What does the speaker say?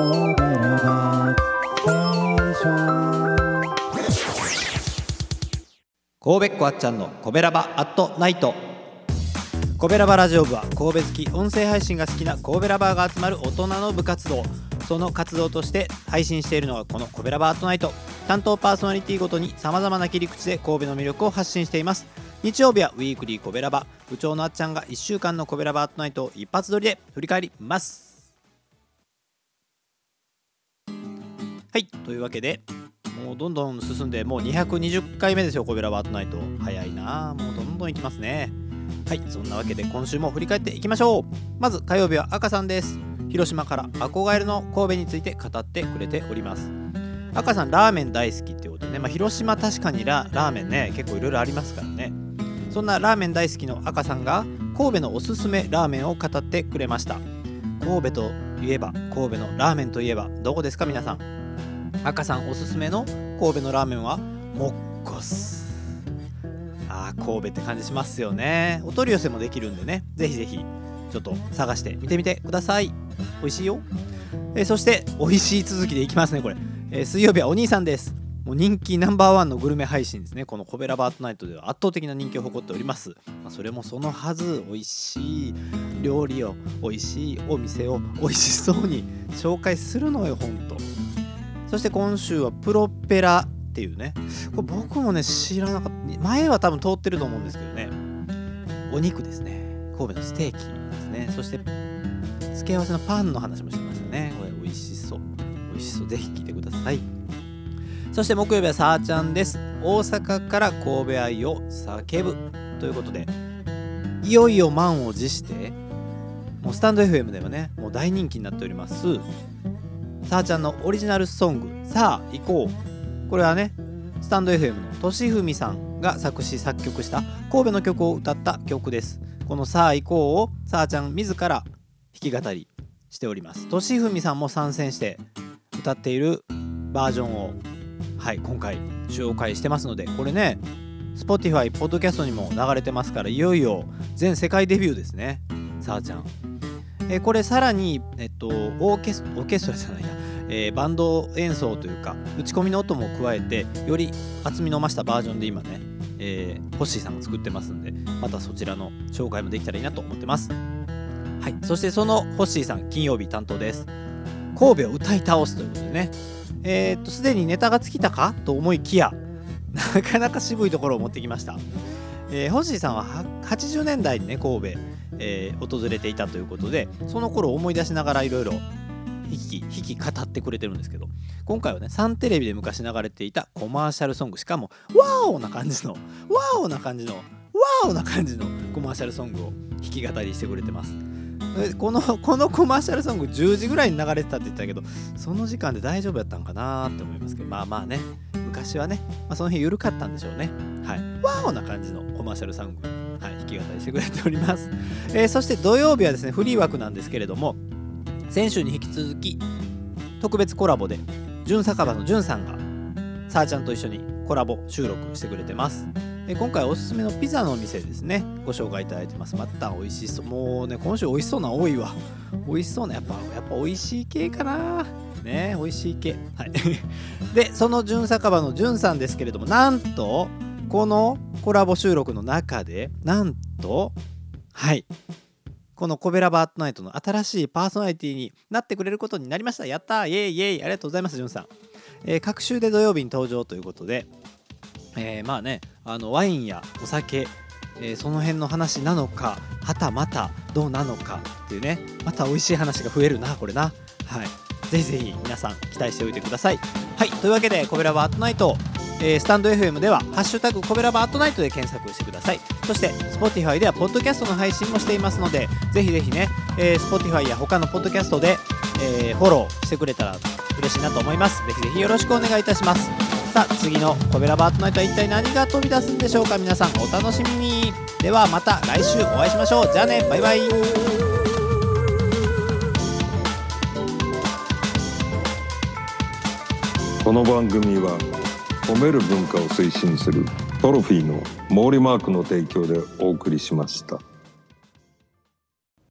神戸っ子あっちゃんのコベラバアットナイト。コベラバラジオ部は神戸好き、音声配信が好きな神戸ラバーが集まる大人の部活動。その活動として配信しているのがこのコベラバアットナイト。担当パーソナリティごとに様々な切り口で神戸の魅力を発信しています。日曜日はウィークリーコベラバ、部長のあっちゃんが1週間のコベラバアットナイトを一発撮りで振り返ります。はい、というわけでもうどんどん進んでもう220回目ですよ。コベラバアットナイト早いな、もうどんどんいきますね。はい、そんなわけで今週も振り返っていきましょう。まず火曜日は赤さんです。広島から憧れの神戸について語ってくれております。赤さんラーメン大好きっていうことでね、広島確かにラーメンね結構いろいろありますからね。そんなラーメン大好きの赤さんが神戸のおすすめラーメンを語ってくれました。神戸といえば、神戸のラーメンといえばどこですか皆さん。赤さんおすすめの神戸のラーメンはモッコス。神戸って感じしますよね。お取り寄せもできるんでね、ぜひぜひちょっと探して見てみてください。美味しいよ。そして美味しい続きでいきますね。これ、水曜日はお兄さんです。もう人気ナンバーワンのグルメ配信ですね。このコベラバアットナイトでは圧倒的な人気を誇っております。それもそのはず、美味しい料理を、美味しいお店を美味しそうに紹介するのよ、ほんと。そして今週はプロペラっていうね、これ僕もね知らなかった。前は多分通ってると思うんですけどね、お肉ですね。神戸のステーキですね。そして付け合わせのパンの話もしてましたね。これ美味しそう、美味しそう。ぜひ聞いてください。そして木曜日はさあちゃんです。大阪から神戸愛を叫ぶということで、いよいよ満を持してもうスタンド FM ではねもう大人気になっておりますさあちゃんのオリジナルソングさあ行こう。これはねスタンド FM のとしふみさんが作詞作曲した神戸の曲を歌った曲です。このさあ行こうをさあちゃん自ら弾き語りしております。としふみさんも参戦して歌っているバージョンを今回紹介してますので、これね Spotify ポッドキャストにも流れてますから、いよいよ全世界デビューですね、さあちゃん。これさらに、オーケストラじゃないな、バンド演奏というか打ち込みの音も加えてより厚みの増したバージョンで今ね、ホッシーさんが作ってますんで、またそちらの紹介もできたらいいなと思ってます。はい、そしてそのホッシーさん金曜日担当です。神戸を歌い倒すということでね、すでにネタが尽きたかと思いきやなかなか渋いところを持ってきました。ホッシーさんは80年代にね神戸、訪れていたということで、その頃を思い出しながらいろいろ弾き語ってくれてるんですけど、今回はねサンテレビで昔流れていたコマーシャルソング、しかもワオな感じのコマーシャルソングを弾き語りしてくれてます。このコマーシャルソング10時ぐらいに流れてたって言ってたけど、その時間で大丈夫やったんかなって思いますけど、まあね昔はね、その辺緩かったんでしょうね。ワオな感じのコマーシャルソング、弾き語りしてくれております。そして土曜日はですねフリー枠なんですけれども、先週に引き続き特別コラボで純酒場の純さんがさあちゃんと一緒にコラボ収録してくれてます。今回おすすめのピザのお店ですねご紹介いただいてます。また美味しそう。もうね今週美味しそうな多いわ。美味しそうなやっぱ美味しい系かなね。美味しい系、でその純酒場の純さんですけれども、なんとこのコラボ収録の中でなんとこのコベラバアットナイトの新しいパーソナリティになってくれることになりました。やったー、イエイイエイ、ありがとうございます。じゅんさん、各週で土曜日に登場ということで、ワインやお酒、その辺の話なのか、はたまたどうなのかっていうね、また美味しい話が増えるなこれな。ぜひぜひ皆さん期待しておいてください。というわけでコベラバアットナイト、スタンド FM ではハッシュタグコベラバアットナイトで検索してください。そして Spotify ではポッドキャストの配信もしていますので、ぜひぜひね、Spotify や他のポッドキャストで、フォローしてくれたら嬉しいなと思います。ぜひぜひよろしくお願いいたします。さあ次のコベラバアットナイトは一体何が飛び出すんでしょうか。皆さんお楽しみに。ではまた来週お会いしましょう。じゃあね、バイバイ。 この番組は褒める文化を推進するトロフィーの毛利マークの提供でお送りしました。